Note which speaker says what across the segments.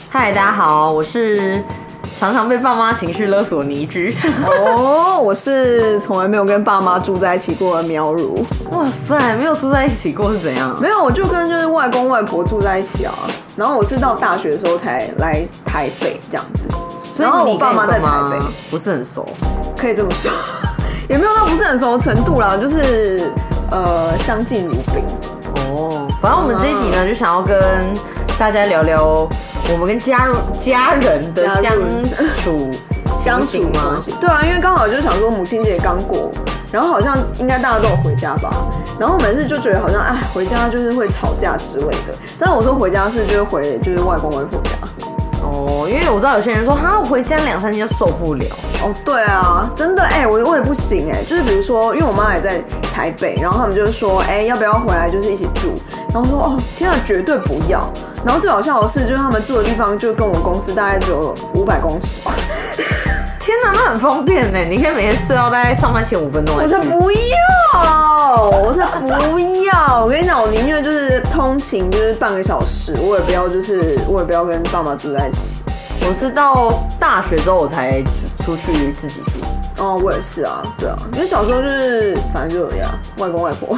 Speaker 1: 嗨，大家好，我是常常被爸妈情绪勒索倪居。
Speaker 2: 我是从来没有跟爸妈住在一起过的苗如。
Speaker 1: 哇塞，没有住在一起过是怎样？
Speaker 2: 没有，我就跟就是外公外婆住在一起啊。然后我是到大学的时候才来台北这样子。
Speaker 1: 所以你
Speaker 2: 然后我爸妈在台北，
Speaker 1: 不是很熟，
Speaker 2: 可以这么说，也没有到不是很熟的程度啦，就是相敬如宾。
Speaker 1: 反正我们这一集呢，就想要跟大家聊聊我们跟家人的相处
Speaker 2: 关系。对啊，因为刚好就想说母亲节刚过，然后好像应该大家都有回家吧，然后每次就觉得好像回家就是会吵架之类的，但是我说回家是就是回就是外公外婆家。
Speaker 1: 因为我知道有些人说我回家2-3天就受不了。
Speaker 2: 对啊，真的我也不行就是比如说，因为我妈也在台北，然后他们就说要不要回来就是一起住，然后说天啊绝对不要。然后最好笑的是，就是他们住的地方就跟我们公司大概只有500公尺吧。
Speaker 1: 天哪，那很方便呢！你可以每天睡到大概上班前5分钟。
Speaker 2: 我才不要！我跟你讲，我宁愿就是通勤就是半个小时，我也不要跟爸妈住在一起。
Speaker 1: 我是到大学之后我才出去自己住。
Speaker 2: 我也是啊，对啊，因为小时候就是反正就有外公外婆，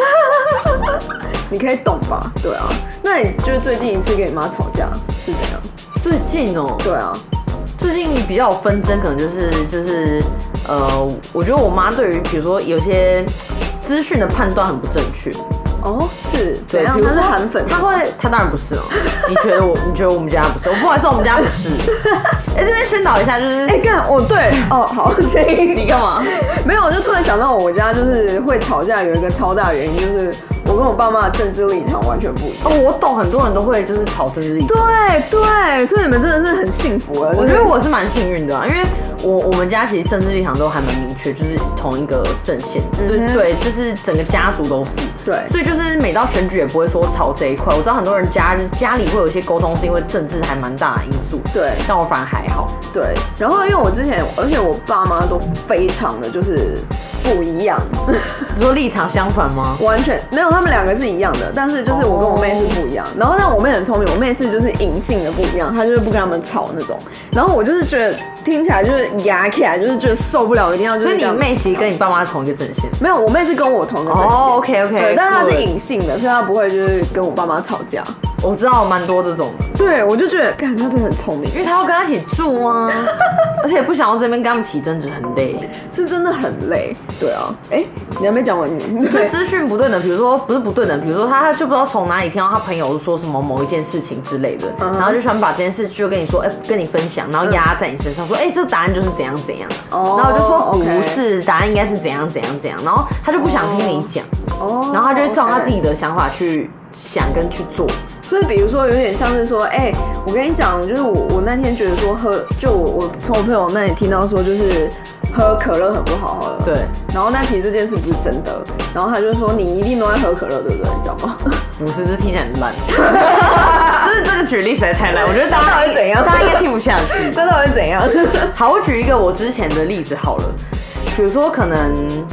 Speaker 2: 你可以懂吧？对啊，那你就是最近一次跟你妈吵架是怎样？
Speaker 1: 最近对啊。最近比较有纷争，可能就是我觉得我妈对于比如说有些资讯的判断很不正确。
Speaker 2: 是怎样？她是韩粉，
Speaker 1: 她当然不是哦。你觉得我们家不是？不好意思，我们家不是。这边宣导一下，就是好，
Speaker 2: 你干嘛？没有，我就突然想到我家就是会吵架有一个超大的原因，就是我跟我爸妈的政治立场完全不一样。
Speaker 1: 我懂，很多人都会就是吵政治立场。
Speaker 2: 对，所以你们真的是很幸福了。
Speaker 1: 我觉得我是蛮幸运的因为我们家其实政治立场都还蛮明确，就是同一个阵线。对，就是整个家族都是。对，所以就是每到选举也不会说吵这一块。我知道很多人家里会有一些沟通，是因为政治还蛮大的因素。对，但我反而还好。
Speaker 2: 对，然后因为我之前，而且我爸妈都非常的就是不一样。
Speaker 1: 你说立场相反吗？
Speaker 2: 完全没有，他们2个是一样的，但是就是我跟我妹是不一样。然后但我妹很聪明，我妹是就是隐性的不一样，她就是不跟他们吵那种。然后我就是觉得听起来就是压起来，就是觉得受不了，一定要就是。
Speaker 1: 所以你妹其实跟你爸妈同一个阵线？
Speaker 2: 没有，我妹是跟我同一个阵线。
Speaker 1: OK。
Speaker 2: 对，但是她是隐性的，所以她不会就是跟我爸妈吵架。
Speaker 1: 我知道蛮多这种的。对，
Speaker 2: 我就觉得，她真的很聪明，
Speaker 1: 因为她要跟她一起住啊，而且不想要这边跟他们起争执，很累，
Speaker 2: 是真的很累。对啊，你还没讲完，
Speaker 1: 就资讯不对等，比如说不是不对等，比如说他就不知道从哪里听到他朋友说什么某一件事情之类的，然后就喜欢把这件事就跟你说，跟你分享，然后压在你身上，说，这个答案就是怎样怎样，然后我就说不是，答案应该是怎样怎样怎样，然后他就不想听你讲，然后他就会照他自己的想法去想跟去做。
Speaker 2: 所以比如说有点像是说，我跟你讲，就是我那天觉得说我从我朋友那里听到说，就是喝可乐很不好了。对。然后那其实这件事不是真的，然后他就说你一定都在喝可乐，对不对？你知道吗？
Speaker 1: 不是，这听起来很烂。这个举例实在太烂，我觉得大家
Speaker 2: 到底怎样？
Speaker 1: 大家应该听不下去。
Speaker 2: 这到底怎样？
Speaker 1: 好，我举一个我之前的例子好了，比如说可能，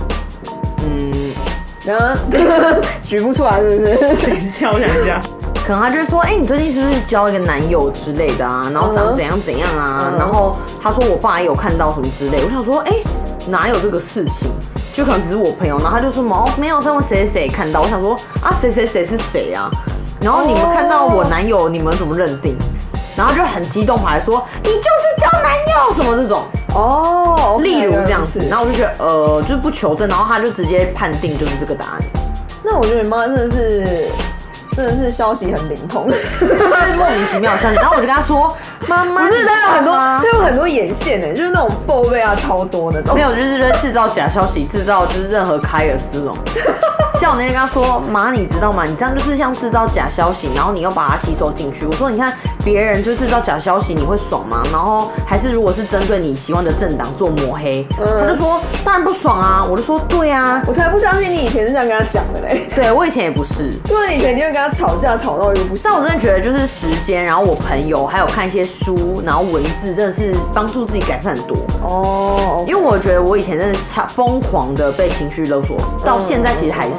Speaker 2: 举不出来是不是？
Speaker 1: 等一下，我想一下。可能他就会说，你最近是不是交一个男友之类的啊？然后长怎样怎样啊？然后他说我爸也有看到什么之类。我想说，哪有这个事情？就可能只是我朋友，然后他就说没有，他们谁谁看到。我想说谁谁谁是谁啊？然后你们看到我男友，你们怎么认定？然后就很激动，跑来说你就是交男友什么这种。例如这样子。然后我就觉得就是不求证，然后他就直接判定就是这个答案。
Speaker 2: 那我觉得你妈真的是消息很灵通，
Speaker 1: 就是莫名其妙的消息。然后我就跟他说：“妈妈，
Speaker 2: 不是他有很多眼线就是那种报备超多那种。
Speaker 1: 没有，就是制造假消息，制造就是任何凯尔斯隆。像我那天跟他说，妈，你知道吗？你这样就是像制造假消息，然后你又把它吸收进去。我说，你看别人就制造假消息，你会爽吗？然后还是如果是针对你喜欢的政党做抹黑，他就说当然不爽啊。我就说对啊，
Speaker 2: 我才不相信你以前是这样跟他讲的嘞。
Speaker 1: 对我以前也不是，
Speaker 2: 对，以前你会跟他吵架吵到一个不行。
Speaker 1: 但我真的觉得就是时间，然后我朋友还有看一些书，然后文字真的是帮助自己改善很多哦。因为我觉得我以前真的疯狂的被情绪勒索，到现在其实还是。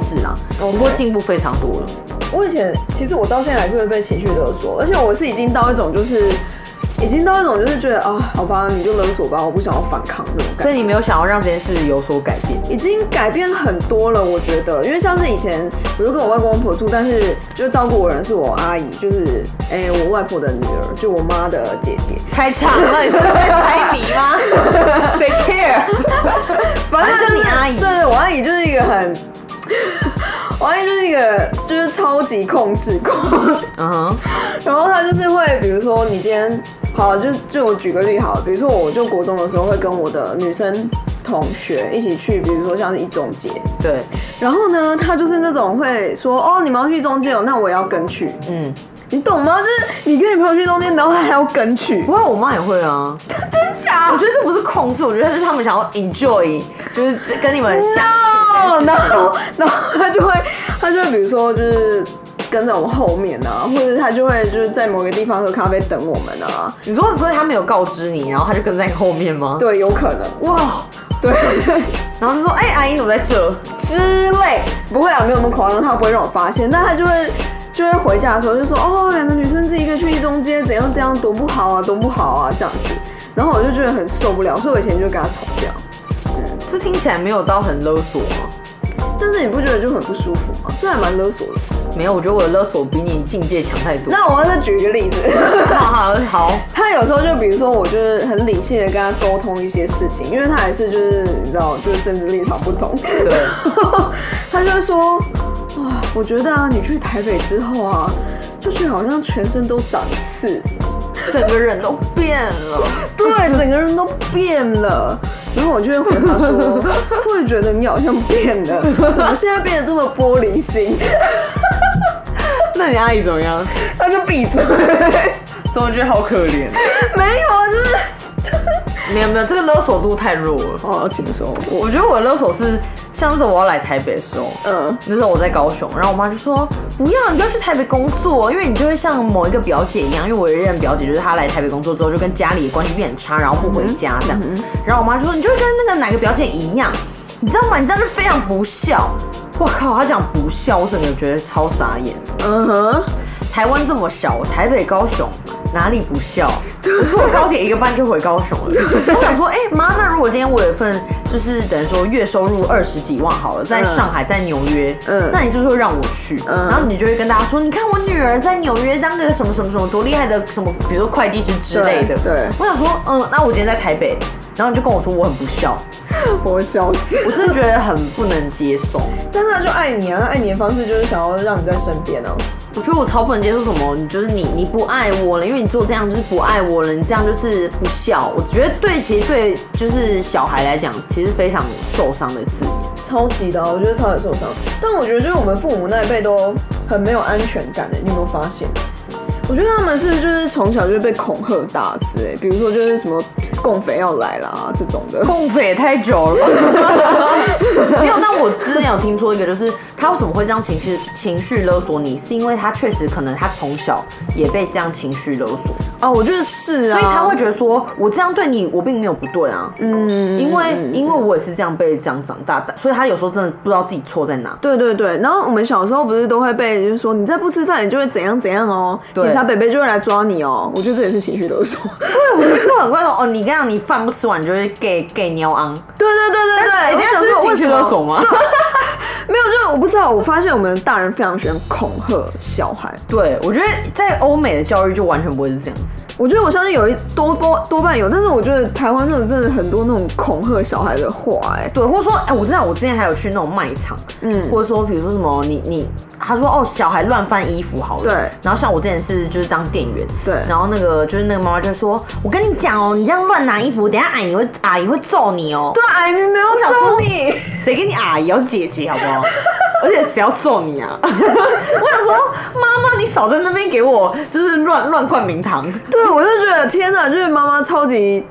Speaker 1: 式啦，不过进步非常多了。
Speaker 2: 我以前其实我到现在还是会被情绪勒索，而且我是已经到一种就是觉得啊，好吧，你就勒索吧，我不想要反抗那种感觉。
Speaker 1: 所以你没有想要让这件事有所改变？
Speaker 2: 已经改变很多了，我觉得，因为像是以前我就跟我外公外婆住，但是就照顾我的人是我阿姨，就是我外婆的女儿，就我妈的姐姐。
Speaker 1: 开场了，你是在猜谜吗？谁 care？ 反正就你阿姨。
Speaker 2: 对，我阿姨就是一个很。我阿姨就是一个就是超级控制狂，然后她就是会，比如说你今天好，就我举个例好了，比如说我就国中的时候会跟我的女生同学一起去，比如说像是一中街，
Speaker 1: 对，
Speaker 2: 然后呢，她就是那种会说哦，你们要去中街哦，那我也要跟去，你懂吗？就是你跟你朋友去中间，然后还要跟去。
Speaker 1: 不过我妈也会啊，
Speaker 2: 真假？
Speaker 1: 我觉得这不是控制，我觉得是他们想要 enjoy， 就是跟你们相处。
Speaker 2: 然后他就会比如说就是跟在我们后面啊，或者他就会就是在某个地方喝咖啡等我们啊。
Speaker 1: 你说所以他没有告知你，然后他就跟在你后面吗？
Speaker 2: 对，有可能。哇，对。
Speaker 1: 然后就说阿姨怎么在这
Speaker 2: 之类，不会啊，没有那么夸张，他不会让我发现，但他就会回家的时候就说哦，两个女生自己一个去一中街，怎样多不好啊，多不好啊这样子。然后我就觉得很受不了，所以我以前就跟他吵架。
Speaker 1: 这听起来没有到很勒索吗？
Speaker 2: 但是你不觉得就很不舒服吗？这还蛮勒索的。
Speaker 1: 没有，我觉得我的勒索比你境界强太多。
Speaker 2: 那我要再举一个例子。
Speaker 1: 好。
Speaker 2: 他有时候就比如说，我就是很理性的跟他沟通一些事情，因为他还是就是你知道，就是政治立场不同。
Speaker 1: 对。
Speaker 2: 他就会说，哇，我觉得啊，你去台北之后啊，就是好像全身都长刺。
Speaker 1: 整个人都变了，
Speaker 2: 对，整个人都变了。然后我就会回他说，我也觉得你好像变了，怎么现在变得这么玻璃心？
Speaker 1: 那你阿姨怎么样？
Speaker 2: 他就闭嘴。
Speaker 1: 所以我觉得好可怜。
Speaker 2: 没有啊，就是
Speaker 1: 没有，这个勒索度太弱了。
Speaker 2: 哦，请说。
Speaker 1: 我觉得我的勒索是像那时候我要来台北的时候，那时候我在高雄，然后我妈就说不要，你不要去台北工作，因为你就会像某一个表姐一样，因为我有一任表姐就是她来台北工作之后就跟家里的关系变很差，然后不回家这样，然后我妈就说你就会跟那个哪个表姐一样，你知道吗？你这样就非常不孝。我靠，她讲不孝，我整个觉得超傻眼。台湾这么小，台北、高雄哪里不孝？我坐高铁1个半就回高雄了。我想说，妈，那如果今天我有一份就是等于说月收入20几万好了，在上海、在纽约，那你是不是会让我去？然后你就会跟大家说，你看我女儿在纽约当个什么什么什么多厉害的什么，比如说会计师之类的。
Speaker 2: 对，
Speaker 1: 我想说，那我今天在台北，然后你就跟我说我很不孝。
Speaker 2: 我会笑死，
Speaker 1: 我真的觉得很不能接受。
Speaker 2: 但是他就爱你啊，他爱你的方式就是想要让你在身边啊。
Speaker 1: 我觉得我超不能接受什么，就是你不爱我了，因为你做这样就是不爱我了，你这样就是不孝。我觉得其实对就是小孩来讲，其实非常受伤的字眼，
Speaker 2: 超级的，我觉得超级受伤。但我觉得就是我们父母那一辈都很没有安全感的，你有没有发现？我觉得他们是不是就是从小就被恐吓大之类，比如说就是什么共匪要来啦这种的。
Speaker 1: 共匪也太久了吧？没有，但我之前有听说一个，就是他为什么会这样情绪勒索你，是因为他确实可能他从小也被这样情绪勒索。
Speaker 2: 哦，我觉得是啊，
Speaker 1: 所以他会觉得说，我这样对你，我并没有不对啊。因为我也是这样被这样长大的，所以他有时候真的不知道自己错在哪。
Speaker 2: 对对对，然后我们小时候不是都会被就是说，你再不吃饭，你就会怎样怎样哦，警察北北就会来抓你哦。我觉得这也是情绪勒索。
Speaker 1: 对，我觉得很怪说，你这样你饭不吃完，你就会给尿昂。
Speaker 2: 对对对对对，
Speaker 1: 你这是情绪勒索吗？
Speaker 2: 没有，就是我不知道，我发现我们大人非常喜欢恐吓小孩。
Speaker 1: 对，我觉得在欧美的教育就完全不会是这样子。
Speaker 2: 我觉得我相信有多半有，但是我觉得台湾真的很多那种恐吓小孩的话，
Speaker 1: 对，或者说，我知道我之前还有去那种卖场，或者说比如说什么他说小孩乱翻衣服好了，
Speaker 2: 对，
Speaker 1: 然后像我之前是就是当店员，
Speaker 2: 对，
Speaker 1: 然后那个妈妈就说，我跟你讲哦，你这样乱拿衣服，等一下阿姨会揍你哦。
Speaker 2: 对，阿姨没有揍你，
Speaker 1: 谁跟你阿姨要姐姐好不好？而且谁要揍你啊？我想说，妈妈，你少在那边给我就是乱灌名堂。
Speaker 2: 对，我就觉得天哪，就是妈妈超级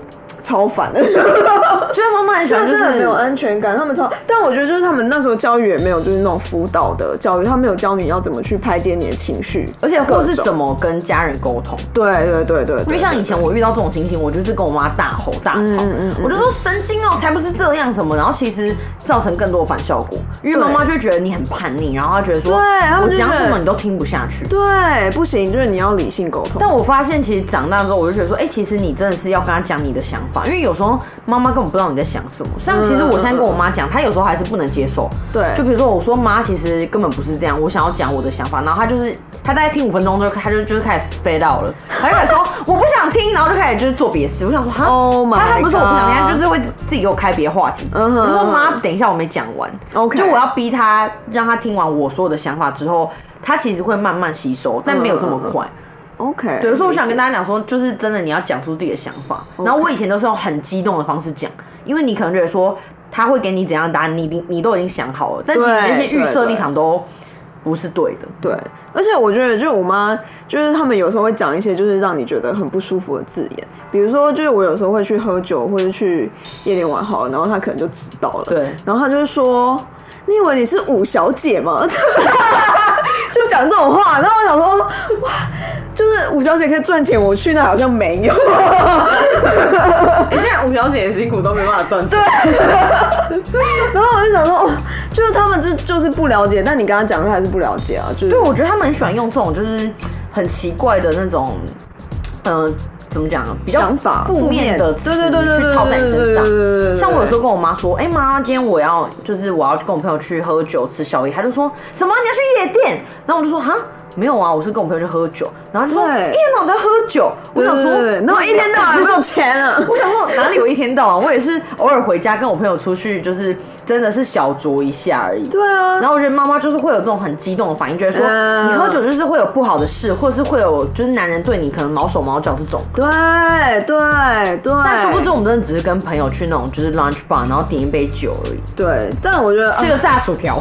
Speaker 2: 超烦的。
Speaker 1: 觉得妈妈很喜欢，
Speaker 2: 真的没有安全感，他们超。但我觉得就是他们那时候教育也没有就是那种辅导的教育，他没有教你要怎么去排解你的情绪，
Speaker 1: 而且或是怎么跟家人沟通。
Speaker 2: 对。因
Speaker 1: 为像以前我遇到这种情形，我就是跟我妈大吼大吵，我就说神经哦，才不是这样什么，然后其实造成更多的反效果，因为妈妈就会觉得你很叛逆，然后她觉得说我讲什么你都听不下去。
Speaker 2: 对，不行，就是你要理性沟通。
Speaker 1: 但我发现其实长大之后，我就觉得说，其实你真的是要跟她讲你的想法，因为有时候妈妈根本不知道你在想什么。像其实我现在跟我妈讲，她有时候还是不能接受。
Speaker 2: 对，
Speaker 1: 就比如说我说妈，其实根本不是这样，我想要讲我的想法，然后她大概听5分钟之后，她就开始飞到了，她就开始说我不想听，然后就开始就是做别的事。我想说哈，她不是说我不想听，她就是会自己给我开别的话题。我就说妈，等一下我没讲完。
Speaker 2: OK，
Speaker 1: 就我要逼她，让她听完我所有的想法之后，她其实会慢慢吸收，但没有这么快。
Speaker 2: OK，
Speaker 1: 对，所以我想跟大家讲说，就是真的你要讲出自己的想法。然后我以前都是用很激动的方式讲，因为你可能觉得说他会给你怎样的答案，你都已经想好了，但其实那些预设立场都不是对的。
Speaker 2: 对，而且我觉得就是我妈，就是他们有时候会讲一些就是让你觉得很不舒服的字眼，比如说就是我有时候会去喝酒或者去夜店玩好了，然后她可能就知道了，
Speaker 1: 对，
Speaker 2: 然后她就说。你以为你是5小姐吗？就讲这种话，然后我想说，哇，就是5小姐可以赚钱，我去那好像没有。
Speaker 1: 现在5小姐的辛苦都没办法赚钱。
Speaker 2: 然后我就想说，哦，就是他们就是不了解，但你跟他讲，他还是不了解啊。就是，
Speaker 1: 对，我觉得他们很喜欢用这种就是很奇怪的那种，怎么讲呢？比较负面的词去套在你身上。像我有时候跟我妈说，妈，今天我要跟我朋友去喝酒吃宵夜，她就说什么你要去夜店？然后我就说哈。没有啊，我是跟我朋友去喝酒，然后就说一天到晚在喝酒。我想说，
Speaker 2: 然后一天到晚没有钱啊。
Speaker 1: 我想说哪里有一天到晚，我也是偶尔回家跟我朋友出去，就是真的是小酌一下而已。
Speaker 2: 对啊。
Speaker 1: 然后我觉得妈妈就是会有这种很激动的反应，觉得说你喝酒就是会有不好的事，或者是会有就是男人对你可能毛手毛脚这种。
Speaker 2: 对。
Speaker 1: 但殊不知我们真的只是跟朋友去那种就是 lunch bar， 然后点一杯酒而已。
Speaker 2: 对，但我觉得
Speaker 1: 吃个炸薯条。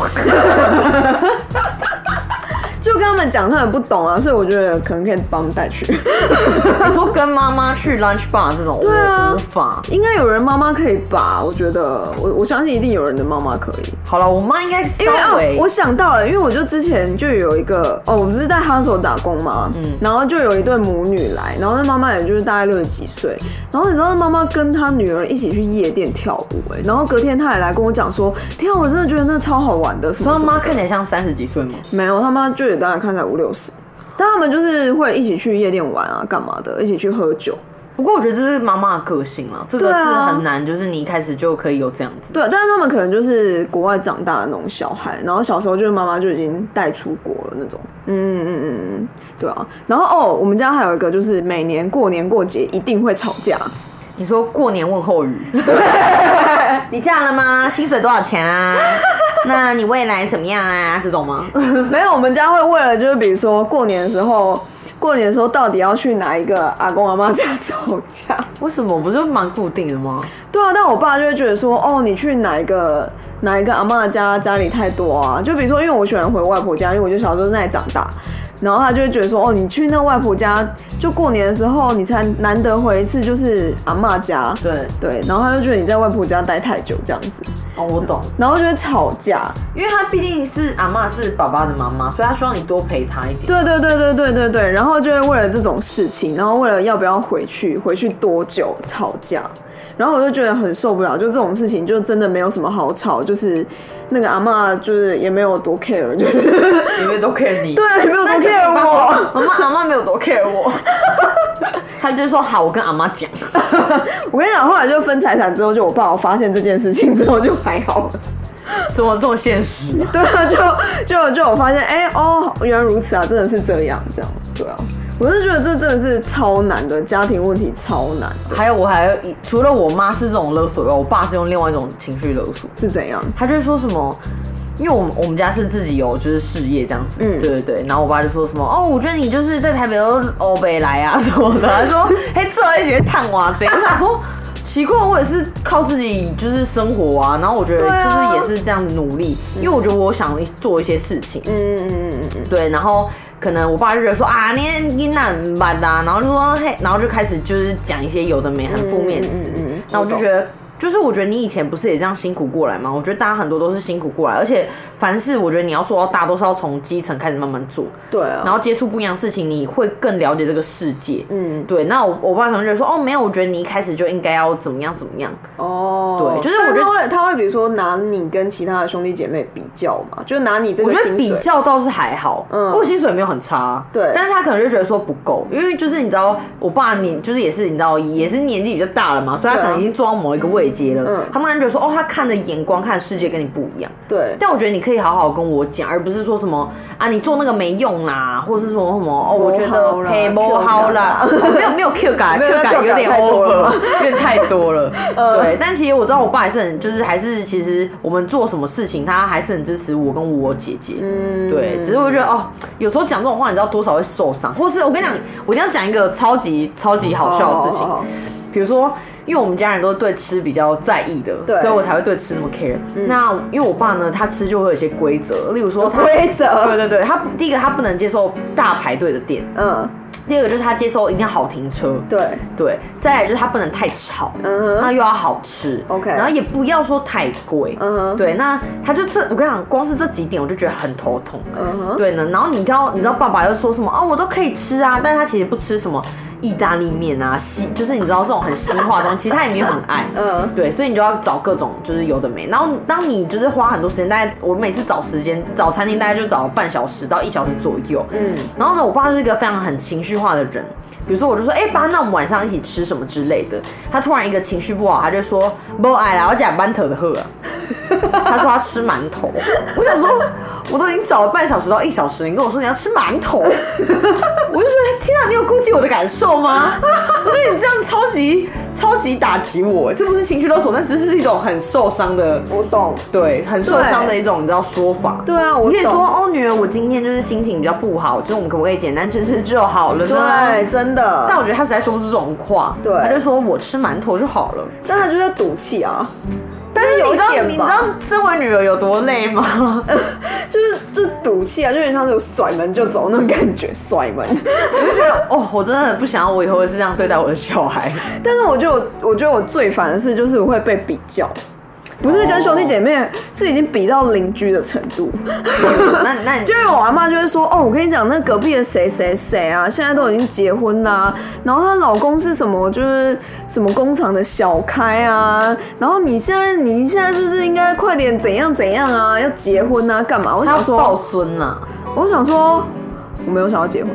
Speaker 2: 就跟他们讲，他们不懂啊，所以我觉得可能可以帮他们带去。
Speaker 1: 你说跟妈妈去 lunch bar 这种，
Speaker 2: 对啊，
Speaker 1: 我无法。
Speaker 2: 应该有人妈妈可以吧？我觉得，我相信一定有人的妈妈可以。
Speaker 1: 好了，我妈应该稍微。
Speaker 2: 我想到了，因为我就之前就有一个我不是在哈手打工嘛，然后就有一对母女来，然后那妈妈也就是大概60几岁，然后你知道那妈妈跟她女儿一起去夜店跳舞，然后隔天她也来跟我讲说，天啊，我真的觉得那超好玩的。
Speaker 1: 所以她妈看起来像30几岁吗？
Speaker 2: 没有，他妈就也当然看起来50、60，但他们就是会一起去夜店玩啊，干嘛的，一起去喝酒。
Speaker 1: 不过我觉得这是妈妈的个性啦，这个是很难，就是你一开始就可以有这样子。
Speaker 2: 对，但是他们可能就是国外长大的那种小孩，然后小时候就是妈妈就已经带出国了那种。对啊。然后我们家还有一个就是每年过年过节一定会吵架。
Speaker 1: 你说过年问候语，你嫁了吗？薪水多少钱啊？那你未来怎么样啊？这种吗？
Speaker 2: 没有，我们家会为了就是比如说过年的时候到底要去哪一个阿公阿嬷家吵架？
Speaker 1: 为什么？不是蛮固定的吗？
Speaker 2: 对啊，但我爸就会觉得说，你去哪一个阿嬷家里太多啊？就比如说，因为我喜欢回外婆家，因为我就小时候在那里长大。然后他就会觉得说，你去那外婆家，就过年的时候你才难得回一次，就是阿嬷家。对，然后他就觉得你在外婆家待太久这样子。
Speaker 1: 我懂。
Speaker 2: 然后就会吵架，
Speaker 1: 因为他毕竟是阿嬷是爸爸的妈妈，所以他希望你多陪他一点。
Speaker 2: 对，然后就会为了这种事情，然后为了要不要回去多久吵架。然后我就觉得很受不了，就这种事情就真的没有什么好吵，就是那个阿嬷就是也没有多 care， 就是
Speaker 1: 也没有多 care 你，
Speaker 2: 对，也没有多 care 我，
Speaker 1: 阿嬷没有多 care 我，他就说好，我跟阿嬷讲。
Speaker 2: 我跟你讲，后来就分财产之后，就我爸我发现这件事情之后就还好了。
Speaker 1: 怎么这么现实？
Speaker 2: 对啊，就我发现，原来如此啊，真的是这样，对啊。我是觉得这真的是超难的，家庭问题超难的。
Speaker 1: 还有除了我妈是这种勒索以外，我爸是用另外一种情绪勒索。
Speaker 2: 是怎样？
Speaker 1: 他就会说什么，因为我们家是自己有就是事业这样子，对。然后我爸就说什么我觉得你就是在台北都欧北来啊什么的。他说这一学探哇这样。我想说奇怪，我也是靠自己就是生活啊，然后我觉得就是也是这样子努力，因为我觉得我想做一些事情，对，然后。可能我爸就觉得说你那很办啊，然后就说然后就开始就是讲一些有的没很负面词， 那我就觉得。就是我觉得你以前不是也这样辛苦过来吗？我觉得大家很多都是辛苦过来，而且凡事我觉得你要做到大，都是要从基层开始慢慢做。
Speaker 2: 对啊。
Speaker 1: 然后接触不一样的事情，你会更了解这个世界。对。那我爸可能觉得说，没有，我觉得你一开始就应该要怎么样怎么样。
Speaker 2: 对，
Speaker 1: 就是我觉得
Speaker 2: 他会比如说拿你跟其他的兄弟姐妹比较嘛，就是拿你这个薪水。
Speaker 1: 我觉得比较倒是还好，我薪水没有很差。
Speaker 2: 对。
Speaker 1: 但是他可能就觉得说不够，因为就是你知道，我爸就是也是你知道，也是年纪比较大了嘛，所以他可能已经做到某一个位阶了。他们觉得说，他看的眼光、看的世界跟你不一样。
Speaker 2: 对。
Speaker 1: 但我觉得你可以好好跟我讲，而不是说什么你做那个没用啦，或者是说什么我觉得嘿不好啦，没有 Q 感有点 over， 有点太多了。对。但其实我知道我爸还是很，就是还是其实我们做什么事情，他还是很支持我跟我姐姐。对。只是我觉得有时候讲这种话，你知道多少会受伤，或是我跟你讲，我一定要讲一个超级超级好笑的事情，比如说。因为我们家人都对吃比较在意的，所以我才会对吃那么 care。那因为我爸呢，他吃就会有一些规则，例如说
Speaker 2: 规则，
Speaker 1: 对，他第一个他不能接受大排队的店，第二个就是他接受一定要好停车，对，再来就是他不能太吵，那又要好吃
Speaker 2: ，OK，
Speaker 1: 然后也不要说太贵，对，那他就我跟你讲，光是这几点我就觉得很头痛，对呢，然后你知道爸爸又说什么我都可以吃啊，但是他其实不吃什么。意大利面啊，就是你知道这种很西化的东西，其实他也没有很爱，对，所以你就要找各种就是有的没。然后当你就是花很多时间，大概我每次找餐厅大概就找半小时到1小时左右，然后呢，我爸就是一个非常很情绪化的人，比如说我就说，爸，那我们晚上一起吃什么之类的，他突然一个情绪不好，他就说不爱啦，我讲馒头的喝啊，他说他吃馒头，我想说。我都已经找了半小时到1小时，你跟我说你要吃馒头，我就觉得天啊，你有顾及我的感受吗？我觉得你这样超级打击我，这不是情绪勒索，但只是一种很受伤的，
Speaker 2: 我懂，
Speaker 1: 对，很受伤的一种你知道说法。
Speaker 2: 对啊，我
Speaker 1: 你可以说女儿，我今天就是心情比较不好，就是我们可不可以简单吃吃就好了呢？
Speaker 2: 对，真的。
Speaker 1: 但我觉得他实在说不出这种话，对，他就说我吃馒头就好了，
Speaker 2: 但他就在赌气啊。
Speaker 1: 但是你知道身为女儿有多累吗？
Speaker 2: 就是赌气啊，就有点像是甩门就走那种感觉，甩门。我
Speaker 1: 就觉得我真的不想要我以后会是这样对待我的小孩。
Speaker 2: 但是我觉得我最烦的是，就是我会被比较。不是跟兄弟姐妹，是已经比到邻居的程度。
Speaker 1: 那你
Speaker 2: 就是我阿妈就会说，我跟你讲，那隔壁的谁谁谁啊，现在都已经结婚啦，然后她老公是什么，就是什么工厂的小开啊，然后你现在是不是应该快点怎样怎样啊，要结婚啊，干嘛？我想说
Speaker 1: 抱孙啊，
Speaker 2: 我想说。我没有想要结婚，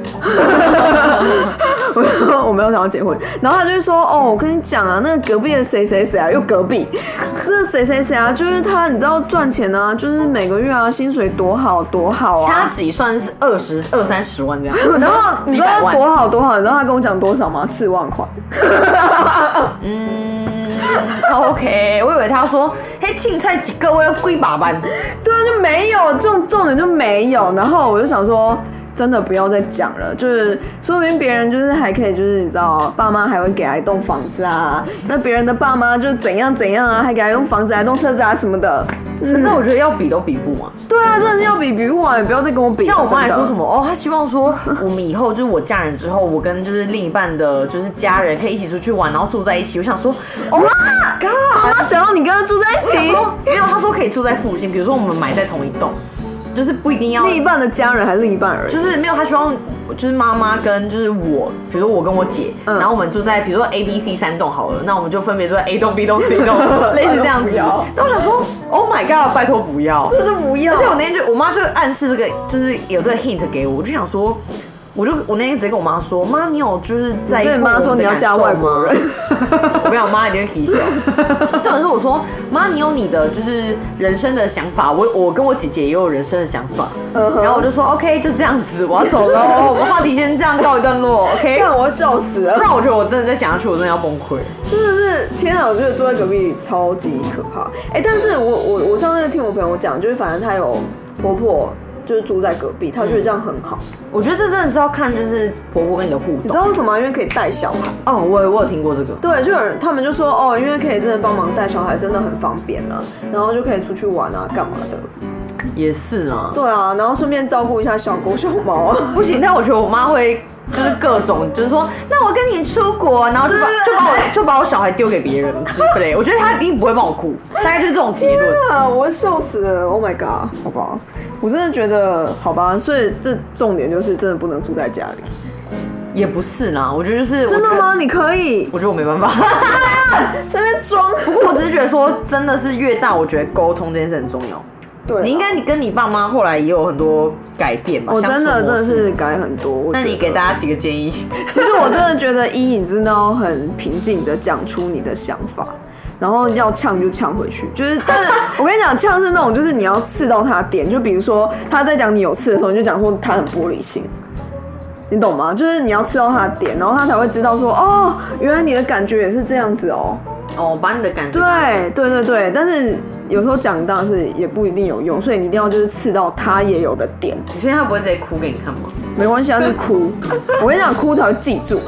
Speaker 2: 我没有想要结婚。然后他就会说：“我跟你讲啊，那个隔壁的谁谁谁啊，又隔壁，那谁谁谁啊，就是他，你知道赚钱啊，就是每个月啊，薪水多好多好啊，
Speaker 1: 掐指算是20-30万这样。
Speaker 2: 然后你知道多好多好，你知道他跟我讲多少吗？4万块。
Speaker 1: OK， 我以为他说，青菜几个我要贵把班。
Speaker 2: 对啊，就没有重点就没有。然后我就想说。真的不要再讲了，就是说明别人就是还可以，就是你知道，爸妈还会给他一栋房子啊，那别人的爸妈就怎样怎样啊，还给他一栋房子、一栋车子啊什么的。
Speaker 1: 那我觉得要比都比不完。
Speaker 2: 对啊，真的是要比不完，不要再跟我比。
Speaker 1: 像我妈还说什么她希望说我们以后就是我嫁人之后，我跟就是另一半的就是家人可以一起出去玩，然后住在一起。我想说 ，Oh my God，
Speaker 2: 妈想要你跟他住在一起？
Speaker 1: 没有，她说可以住在附近，比如说我们买在同一栋。就是不一定要
Speaker 2: 另一半的家人还是另一半而已，
Speaker 1: 就是没有他希望就是妈妈跟就是我，比如说我跟我姐，然后我们住在比如说 A、B、C 3栋好了，那我们就分别住在 A 栋、B 栋、C 栋，类似这样子。那我想说 ，Oh my God， 拜托不要，
Speaker 2: 真的不要。
Speaker 1: 而且我那天我妈就暗示这个，就是有这个 hint 给我，我就想说。我那天直接跟我妈说，妈，你有就是在意过我的感受吗？跟你妈说你要嫁外国人，我跟你讲，我妈一定会啼笑。重点是我说，妈，你有你的就是人生的想法，我跟我姐姐也有人生的想法。然后我就说 OK， 就这样子，我要走喽。我们话题先这样告一段落 ，OK？
Speaker 2: 看我要笑死了，
Speaker 1: 不然我觉得我真的再讲下去，我真的要崩溃。
Speaker 2: 真的是天啊！我觉得住在隔壁超级可怕。但是我上次听我朋友讲，就是反正他有婆婆。就是住在隔壁，他觉得这样很好。
Speaker 1: 我觉得这真的是要看就是婆婆跟你的互动。
Speaker 2: 你知道为什么？因为可以带小孩。
Speaker 1: 我有听过这个。
Speaker 2: 对，就有人他们就说因为可以真的帮忙带小孩，真的很方便啊，然后就可以出去玩啊，干嘛的。
Speaker 1: 也是啊。
Speaker 2: 对啊，然后顺便照顾一下小狗小猫啊。
Speaker 1: 不行，但我觉得我妈会就是各种，就是说，那我跟你出国，然后就把我小孩丢给别人之类。我觉得她一定不会帮我顾，大概就是这种结论。
Speaker 2: 啊，我会笑死了 ！Oh my god， 好吧，我真的觉得好吧，所以这重点就是真的不能住在家里。
Speaker 1: 也不是啦，我觉得就是
Speaker 2: 真的吗？你可以？
Speaker 1: 我觉得我没办法，
Speaker 2: 这边装。
Speaker 1: 不过我只是觉得说，真的是越大，我觉得沟通这件事很重要。
Speaker 2: 对，
Speaker 1: 你应该跟你爸妈后来也有很多改变吧？
Speaker 2: 我真的是改很多。
Speaker 1: 那你给大家几个建议？
Speaker 2: 其实我真的觉得你真的要很平静的讲出你的想法。然后要呛就呛回去，就是，但是我跟你讲，呛是那种，就是你要刺到他点，就比如说他在讲你有刺的时候，你就讲说他很玻璃心，你懂吗？就是你要刺到他的点，然后他才会知道说，哦，原来你的感觉也是这样子哦。
Speaker 1: 哦，把你的感觉
Speaker 2: 对，但是有时候讲当然是也不一定有用，所以你一定要就是刺到他也有的点。
Speaker 1: 你确定他不会直接哭给你看吗？
Speaker 2: 没关系，他是哭。我跟你讲，哭才会记住。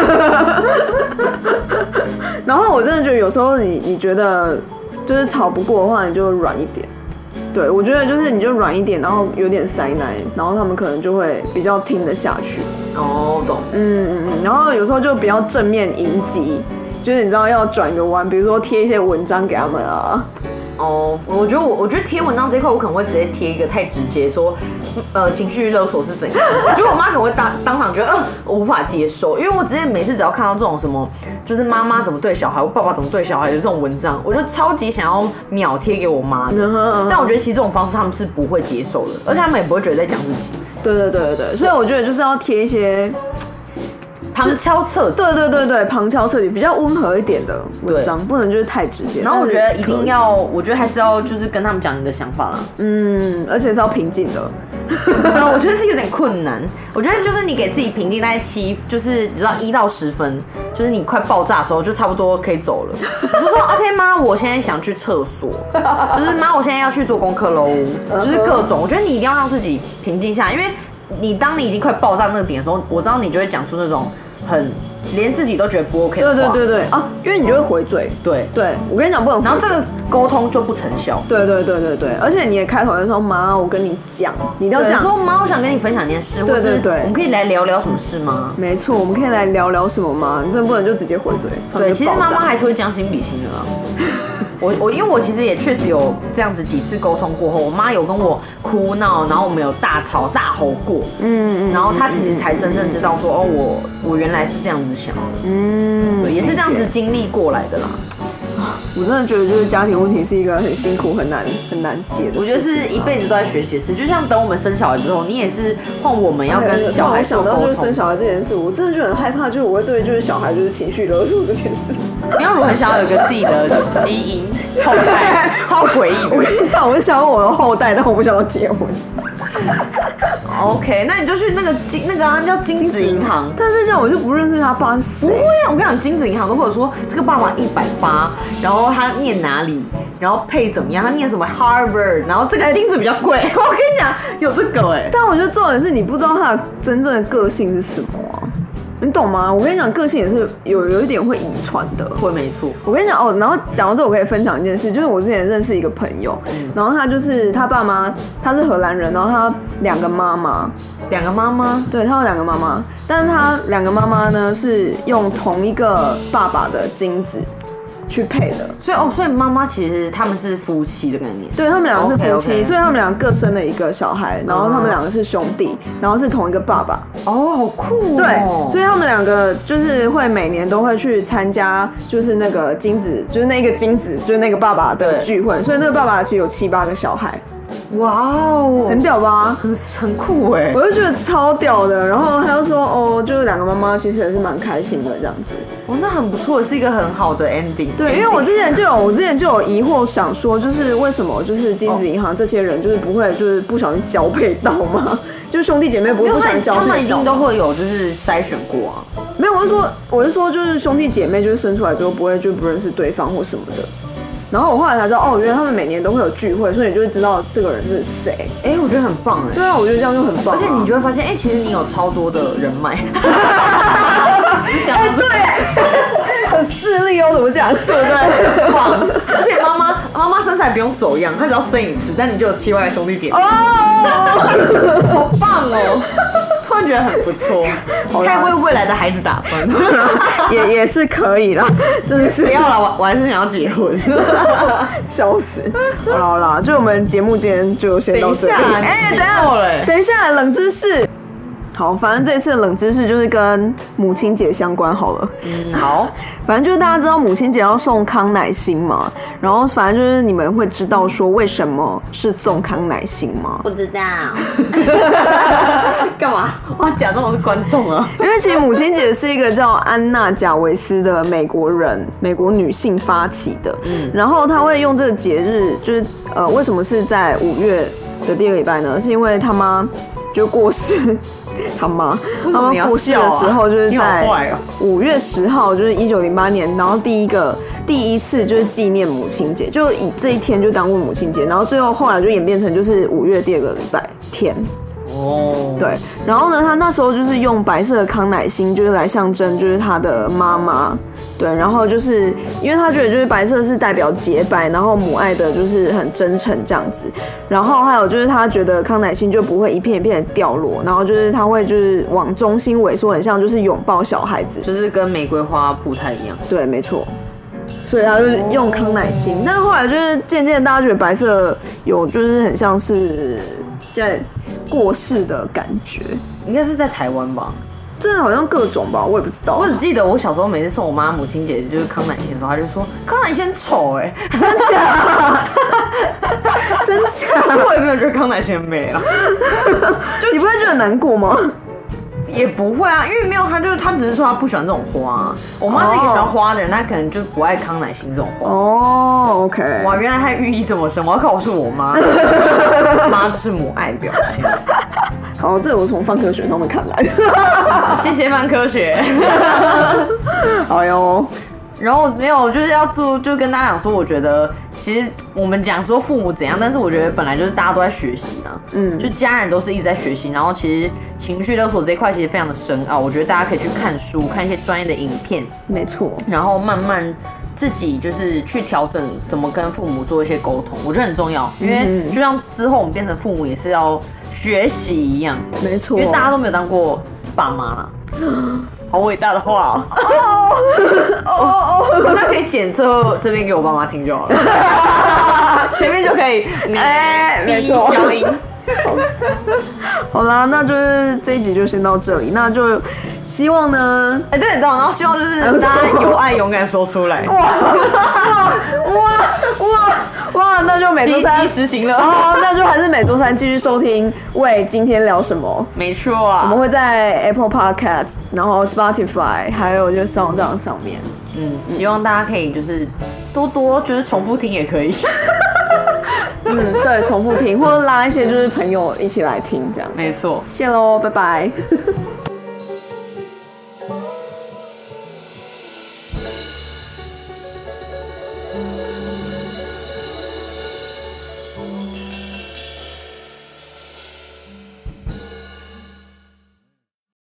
Speaker 2: 然后我真的觉得有时候你觉得就是吵不过的话，你就软一点。对，我觉得就是你就软一点，然后有点塞奶，然后他们可能就会比较听得下去。
Speaker 1: 哦，懂。
Speaker 2: 然后有时候就比较正面迎击，就是你知道要转个弯，比如说贴一些文章给他们啊。
Speaker 1: 哦，我觉得贴文章这一块，我可能会直接贴一个太直接，说情绪勒索是怎样。我觉得我妈可能会当场觉得我无法接受，因为我之前每次只要看到这种什么，就是妈妈怎么对小孩，或爸爸怎么对小孩的这种文章，我就超级想要秒贴给我妈的。但我觉得其实这种方式他们是不会接受的，而且他们也不会觉得在讲自己。
Speaker 2: 对，所以我觉得就是要贴一些。
Speaker 1: 旁敲侧击，
Speaker 2: 对，旁敲侧击比较温和一点的文章，不能就是太直接。
Speaker 1: 然后我觉得一定要，我觉得还是要就是跟他们讲你的想法啦。
Speaker 2: 而且是要平静的。
Speaker 1: 我觉得是有点困难。我觉得就是你给自己平静大概就是你知道1到10分，就是你快爆炸的时候，就差不多可以走了。我就说 OK 妈，我现在想去厕所，就是妈，我现在要去做功课喽，就是各种。我觉得你一定要让自己平静下来，因为当你已经快爆炸那个点的时候，我知道你就会讲出那种连自己都觉得不 OK 的话。
Speaker 2: 对啊，因为你就会回嘴。对，我跟你讲不能回嘴。
Speaker 1: 然后这个沟通就不成效。
Speaker 2: 对，而且你的开头就说妈，我跟你讲，你一定要讲
Speaker 1: 说妈，我想跟你分享一件事，或是我们可以来聊聊什么事吗？
Speaker 2: 没错，我们可以来聊聊什么吗？你真的不能就直接回嘴。
Speaker 1: 对，其实妈妈还是会将心比心的啦。因为我其实也确实有这样子几次沟通过后，我妈有跟我哭闹，然后我们有大吵大吼过，然后她其实才真正知道说，我原来是这样子想，对，也是这样子经历过来的啦。
Speaker 2: 我真的觉得就是家庭问题是一个很辛苦、很难解的事情。
Speaker 1: 我觉得是一辈子都在学习的事，就像等我们生小孩之后，你也是换我们要跟小孩做沟通。
Speaker 2: 我想到就是生小孩这件事，我真的就很害怕，就是我会对就是小孩就是情绪勒索这件事。
Speaker 1: 你要如果很想要有一个自己的基因后代，超诡异的。
Speaker 2: 我跟你讲，我想要我的后代，但我不想要结婚。
Speaker 1: OK， 那你就去那个叫金子银行。
Speaker 2: 但是这样我就不认识他爸是谁。
Speaker 1: 不会啊，我跟你讲，金子银行都会有说这个爸爸180，然后他念哪里，然后配怎么样，他念什么 Harvard， 然后这个金子比较贵。我跟你讲，有这个
Speaker 2: 但我觉得重点是你不知道他的真正的个性是什么啊。你懂吗？我跟你讲，个性也是有一点会遗传的，
Speaker 1: 会没错。
Speaker 2: 我跟你讲然后讲到这，我可以分享一件事，就是我之前认识一个朋友，然后他就是他爸妈，他是荷兰人，然后他2个妈妈，对，他有2个妈妈，但是他2个妈妈呢是用同一个爸爸的精子去配的，
Speaker 1: 所以妈妈其实他们是夫妻的概念，
Speaker 2: 对他们2个是夫妻，所以他们2个各生了一个小孩，然后他们2个是兄弟，然后是同一个爸爸。
Speaker 1: 好酷
Speaker 2: 对，所以他们2个就是会每年都会去参加，就是那个精子，就是那个精子，就是那个爸爸的聚会，所以那个爸爸其实有7、8个小孩。
Speaker 1: 哇哦，
Speaker 2: 很屌吧？
Speaker 1: 很酷哎！
Speaker 2: 我就觉得超屌的。然后他就说，就是2个妈妈其实也是蛮开心的这样子。
Speaker 1: 那很不错，是一个很好的 ending。
Speaker 2: 对，因为我之前就有疑惑，想说就是为什么就是金子银行这些人就是不会就是不小心交配到吗？就是兄弟姐妹不会不小心交配到，
Speaker 1: 他们一定都会有就是筛选过啊。
Speaker 2: 没有，我是说就是兄弟姐妹就是生出来之后不会就不认识对方或什么的。然后我后来才知道，原来他们每年都会有聚会，所以你就会知道这个人是谁。
Speaker 1: 我觉得很棒哎。
Speaker 2: 对啊，我觉得这样就很棒。
Speaker 1: 而且你就会发现，其实你有超多的人脉。
Speaker 2: 对，很势利哦，怎么讲？
Speaker 1: 对不对？很棒。而且妈妈身材不用走样，她只要生一次，但你就有7位兄弟姐妹。好棒哦！突然觉得很不错，可以为未来的孩子打算，
Speaker 2: 也是可以啦，真的是
Speaker 1: 不要了，我还是想要结婚，
Speaker 2: 笑死！好啦，就我们节目今天就先到这里。等一下，冷知识。好，反正这次的冷知识就是跟母亲节相关好了。
Speaker 1: 好，
Speaker 2: 反正就是大家知道母亲节要送康乃馨嘛，然后反正就是你们会知道说为什么是送康乃馨吗？
Speaker 1: 不知道。干嘛？我要假装我是观众啊？
Speaker 2: 因为其实母亲节是一个叫安娜贾维斯的美国女性发起的，然后她会用这个节日，就是为什么是在5月的第2个礼拜呢？是因为她妈就过世。他妈过世的时候，就是在5月10号，就是1908年，然后第一次就是纪念母亲节，就以这一天就当过母亲节，然后后来就演变成就是5月第2个礼拜天。哦，对，然后呢，他那时候就是用白色的康乃馨，就是来象征就是他的妈妈，对，然后就是因为他觉得就是白色是代表洁白，然后母爱的就是很真诚这样子，然后还有就是他觉得康乃馨就不会一片一片的掉落，然后就是他会就是往中心萎缩，很像就是拥抱小孩子，
Speaker 1: 就是跟玫瑰花不太一样。
Speaker 2: 对，没错。所以他就用康乃馨，但后来就是渐渐大家觉得白色有就是很像是在过世的感觉，
Speaker 1: 应该是在台湾吧？
Speaker 2: 真的好像各种吧，我也不知道。
Speaker 1: 我只记得我小时候每次送我妈母亲节就是康乃馨的时候，她就说康乃馨丑哎，
Speaker 2: 真假？真假？
Speaker 1: 我也没有觉得康乃馨很美啊。
Speaker 2: 你不会觉得难过吗？
Speaker 1: 也不会啊，因为没有他只是说他不喜欢这种花啊。我妈是一个喜欢花的人，她可能就不爱康乃馨这种花。
Speaker 2: 哦 ，OK。
Speaker 1: 哇，原来她寓意这么深，我要告诉我妈，妈就是母爱的表现。
Speaker 2: 好，这我从泛科学上面看来。
Speaker 1: 谢谢泛科学。
Speaker 2: 好哟。
Speaker 1: 然后没有，就是要做，就跟大家讲说，我觉得其实我们讲说父母怎样，但是我觉得本来就是大家都在学习啊，就家人都是一直在学习，然后其实情绪勒索这一块其实非常的深奥，我觉得大家可以去看书，看一些专业的影片，
Speaker 2: 没错，
Speaker 1: 然后慢慢自己就是去调整怎么跟父母做一些沟通，我觉得很重要，因为就像之后我们变成父母也是要学习一样，
Speaker 2: 没错，
Speaker 1: 因为大家都没有当过爸妈啦。好伟大的话哦！那可以剪最后这边给我爸妈听就好了，前面就可以。
Speaker 2: 没错，
Speaker 1: 消音。
Speaker 2: 好啦，那就是这一集就先到这里，那就希望呢，
Speaker 1: 对，然后希望就是大家有爱勇敢说出来。
Speaker 2: 哇，那就每周三
Speaker 1: 实行了。
Speaker 2: 哦，那就还是每周三继续收听。喂，今天聊什么？
Speaker 1: 没错啊，
Speaker 2: 我们会在 Apple Podcast， 然后 Spotify， 还有就是SoundOn上面。
Speaker 1: 希望大家可以就是多就是重复听也可以。
Speaker 2: 对，重复听，或者拉一些就是朋友一起来听这样。
Speaker 1: 没错，
Speaker 2: 谢喽，拜拜。